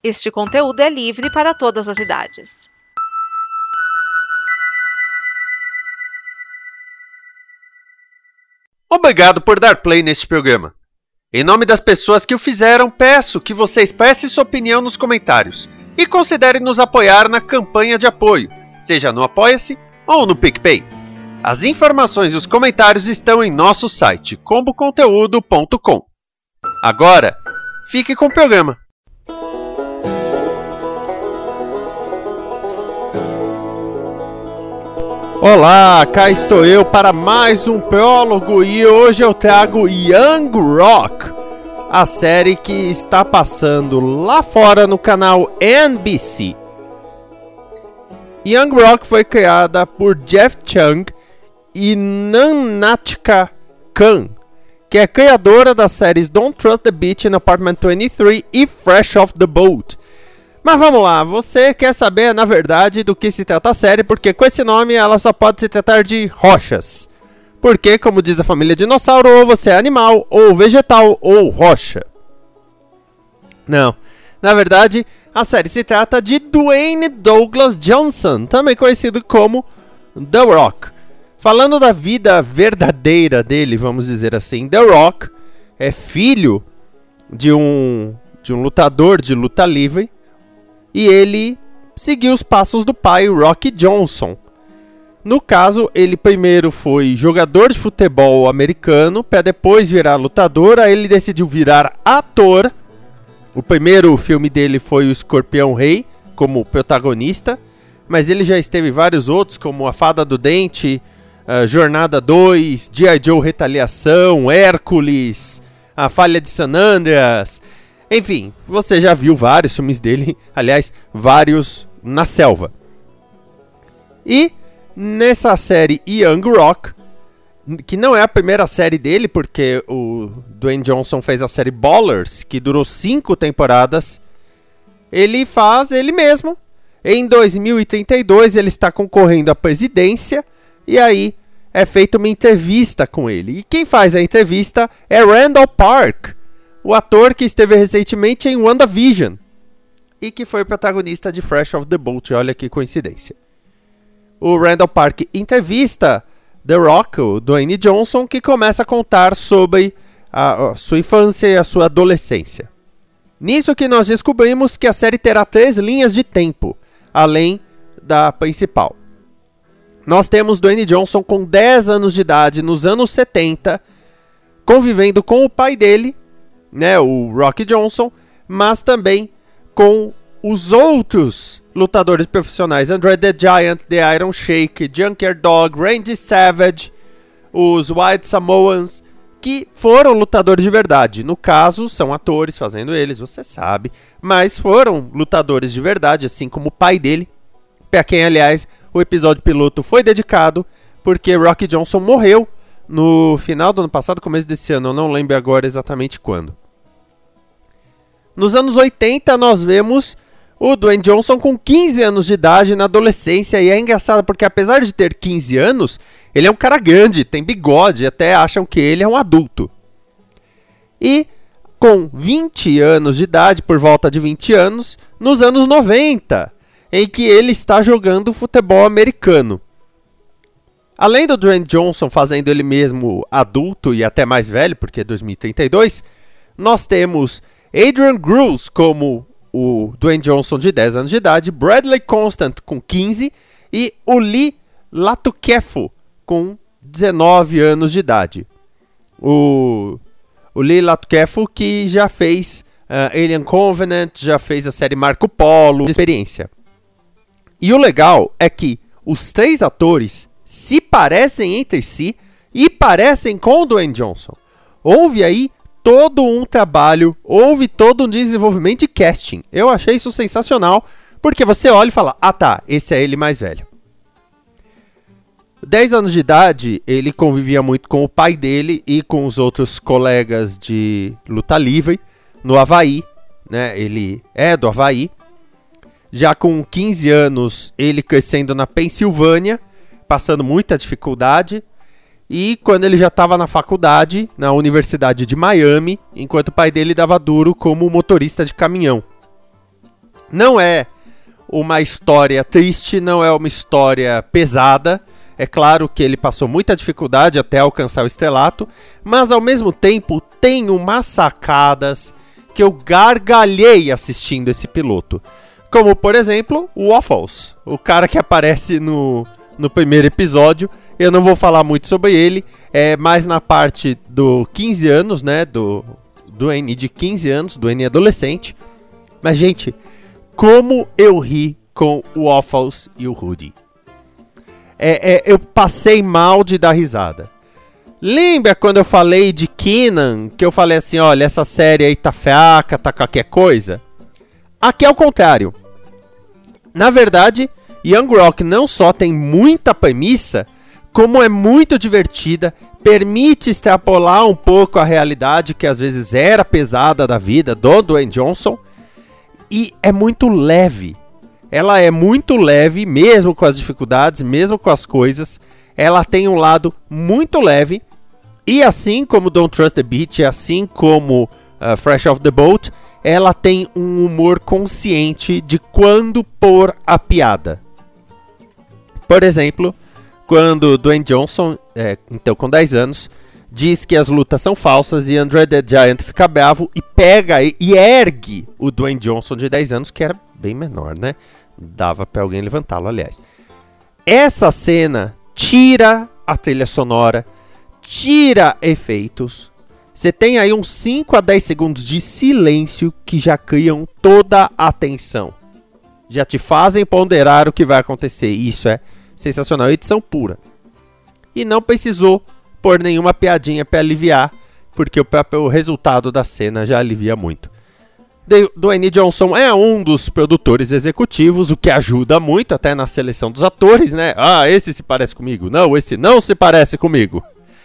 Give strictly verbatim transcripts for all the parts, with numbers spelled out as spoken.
Este conteúdo é livre para todas as idades. Obrigado por dar play neste programa. Em nome das pessoas que o fizeram, peço que você expresse sua opinião nos comentários e considere nos apoiar na campanha de apoio, seja no Apoia-se ou no PicPay. As informações e os comentários estão em nosso site, combo conteúdo ponto com. Agora, fique com o programa. Olá, cá estou eu para mais um prólogo e hoje eu trago Young Rock, a série que está passando lá fora no canal N B C. Young Rock foi criada por Jeff Chung e Nanachka Khan, que é criadora das séries Don't Trust the Beach in Apartment vinte e três e Fresh Off the Boat. Mas vamos lá, você quer saber na verdade do que se trata a série, porque com esse nome ela só pode se tratar de rochas. Porque, como diz a família dinossauro, ou você é animal, ou vegetal, ou rocha. Não, na verdade a série se trata de Dwayne Douglas Johnson, também conhecido como The Rock. Falando da vida verdadeira dele, vamos dizer assim, The Rock é filho de um, de um lutador de luta livre. E ele seguiu os passos do pai, Rocky Johnson. No caso, ele primeiro foi jogador de futebol americano, para depois virar lutador, aí ele decidiu virar ator. O primeiro filme dele foi o Escorpião Rei, como protagonista, mas ele já esteve em vários outros, como A Fada do Dente, uh, Jornada dois, G I. Joe Retaliação, Hércules, A Falha de San Andreas. Enfim, você já viu vários filmes dele, aliás, vários na selva. E nessa série Young Rock, que não é a primeira série dele, porque o Dwayne Johnson fez a série Ballers, que durou cinco temporadas, ele faz ele mesmo. Em dois mil e trinta e dois ele está concorrendo à presidência, e aí é feita uma entrevista com ele. E quem faz a entrevista é Randall Park, o ator que esteve recentemente em WandaVision e que foi protagonista de Fresh Off the Boat. Olha que coincidência. O Randall Park entrevista The Rock, o Dwayne Johnson, que começa a contar sobre a, a sua infância e a sua adolescência. Nisso que nós descobrimos que a série terá três linhas de tempo, além da principal. Nós temos Dwayne Johnson com dez anos de idade nos anos setenta, convivendo com o pai dele, né, o Rocky Johnson, mas também com os outros lutadores profissionais, Andre the Giant, The Iron Sheik, Junkyard Dog, Randy Savage, os White Samoans, que foram lutadores de verdade. No caso, são atores fazendo eles, você sabe, mas foram lutadores de verdade, assim como o pai dele, para quem, aliás, o episódio piloto foi dedicado, porque Rocky Johnson morreu no final do ano passado, começo desse ano, eu não lembro agora exatamente quando. Nos anos oitenta nós vemos o Dwayne Johnson com quinze anos de idade na adolescência, e é engraçado porque apesar de ter quinze anos, ele é um cara grande, tem bigode, até acham que ele é um adulto. E com vinte anos de idade, por volta de vinte anos, nos anos noventa, em que ele está jogando futebol americano. Além do Dwayne Johnson fazendo ele mesmo adulto e até mais velho, porque é dois mil e trinta e dois, nós temos Adrian Gross como o Dwayne Johnson de dez anos de idade, Bradley Constant com quinze e o Lee Latukefu com dezenove anos de idade. O, o Lee Latukefu que já fez uh, Alien Covenant, já fez a série Marco Polo, de experiência. E o legal é que os três atores se parecem entre si e parecem com o Dwayne Johnson. Houve aí todo um trabalho, houve todo um desenvolvimento de casting. Eu achei isso sensacional, porque você olha e fala, ah tá, esse é ele mais velho. dez anos de idade, ele convivia muito com o pai dele e com os outros colegas de luta livre no Havaí, né? Ele é do Havaí. Já com quinze anos, ele crescendo na Pensilvânia, passando muita dificuldade. E quando ele já estava na faculdade, na Universidade de Miami, enquanto o pai dele dava duro como motorista de caminhão. Não é uma história triste, não é uma história pesada. É claro que ele passou muita dificuldade até alcançar o estrelato, mas ao mesmo tempo tem umas sacadas que eu gargalhei assistindo esse piloto. Como, por exemplo, o Waffles, o cara que aparece no, no primeiro episódio. Eu não vou falar muito sobre ele, é mais na parte do quinze anos, né, do, do N de quinze anos, do N adolescente. Mas, gente, como eu ri com o Waffles e o Rudy. É, é, eu passei mal de dar risada. Lembra quando eu falei de Kenan, que eu falei assim, olha, essa série aí tá fraca, tá qualquer coisa? Aqui é o contrário. Na verdade, Young Rock não só tem muita premissa, como é muito divertida, permite extrapolar um pouco a realidade que às vezes era pesada da vida do Dwayne Johnson, e é muito leve. Ela é muito leve, mesmo com as dificuldades, mesmo com as coisas. Ela tem um lado muito leve. E assim como Don't Trust the Beat, assim como uh, Fresh Off the Boat, ela tem um humor consciente de quando pôr a piada. Por exemplo, quando Dwayne Johnson, é, então com dez anos, diz que as lutas são falsas e Andre the Giant fica bravo e pega e, e ergue o Dwayne Johnson de dez anos, que era bem menor, né? Dava pra alguém levantá-lo, aliás. Essa cena tira a trilha sonora, tira efeitos. Você tem aí uns cinco a dez segundos de silêncio que já criam toda a atenção. Já te fazem ponderar o que vai acontecer. Isso é sensacional, edição pura. E não precisou pôr nenhuma piadinha para aliviar, porque o próprio resultado da cena já alivia muito. Dwayne Johnson é um dos produtores executivos, o que ajuda muito até na seleção dos atores, né? Ah, esse se parece comigo. Não, esse não se parece comigo.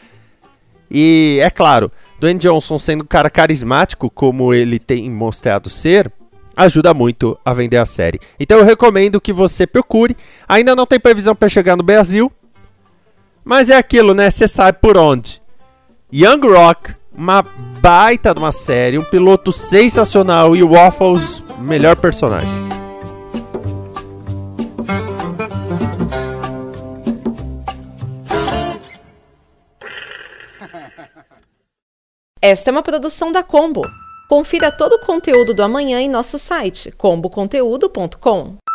E, é claro, Dwayne Johnson sendo um cara carismático, como ele tem mostrado ser, ajuda muito a vender a série. Então eu recomendo que você procure. Ainda não tem previsão para chegar no Brasil, mas é aquilo, né? Você sabe por onde. Young Rock, uma baita de uma série, um piloto sensacional e o Waffles, melhor personagem. Esta é uma produção da Combo. Confira todo o conteúdo do amanhã em nosso site combo conteúdo ponto com.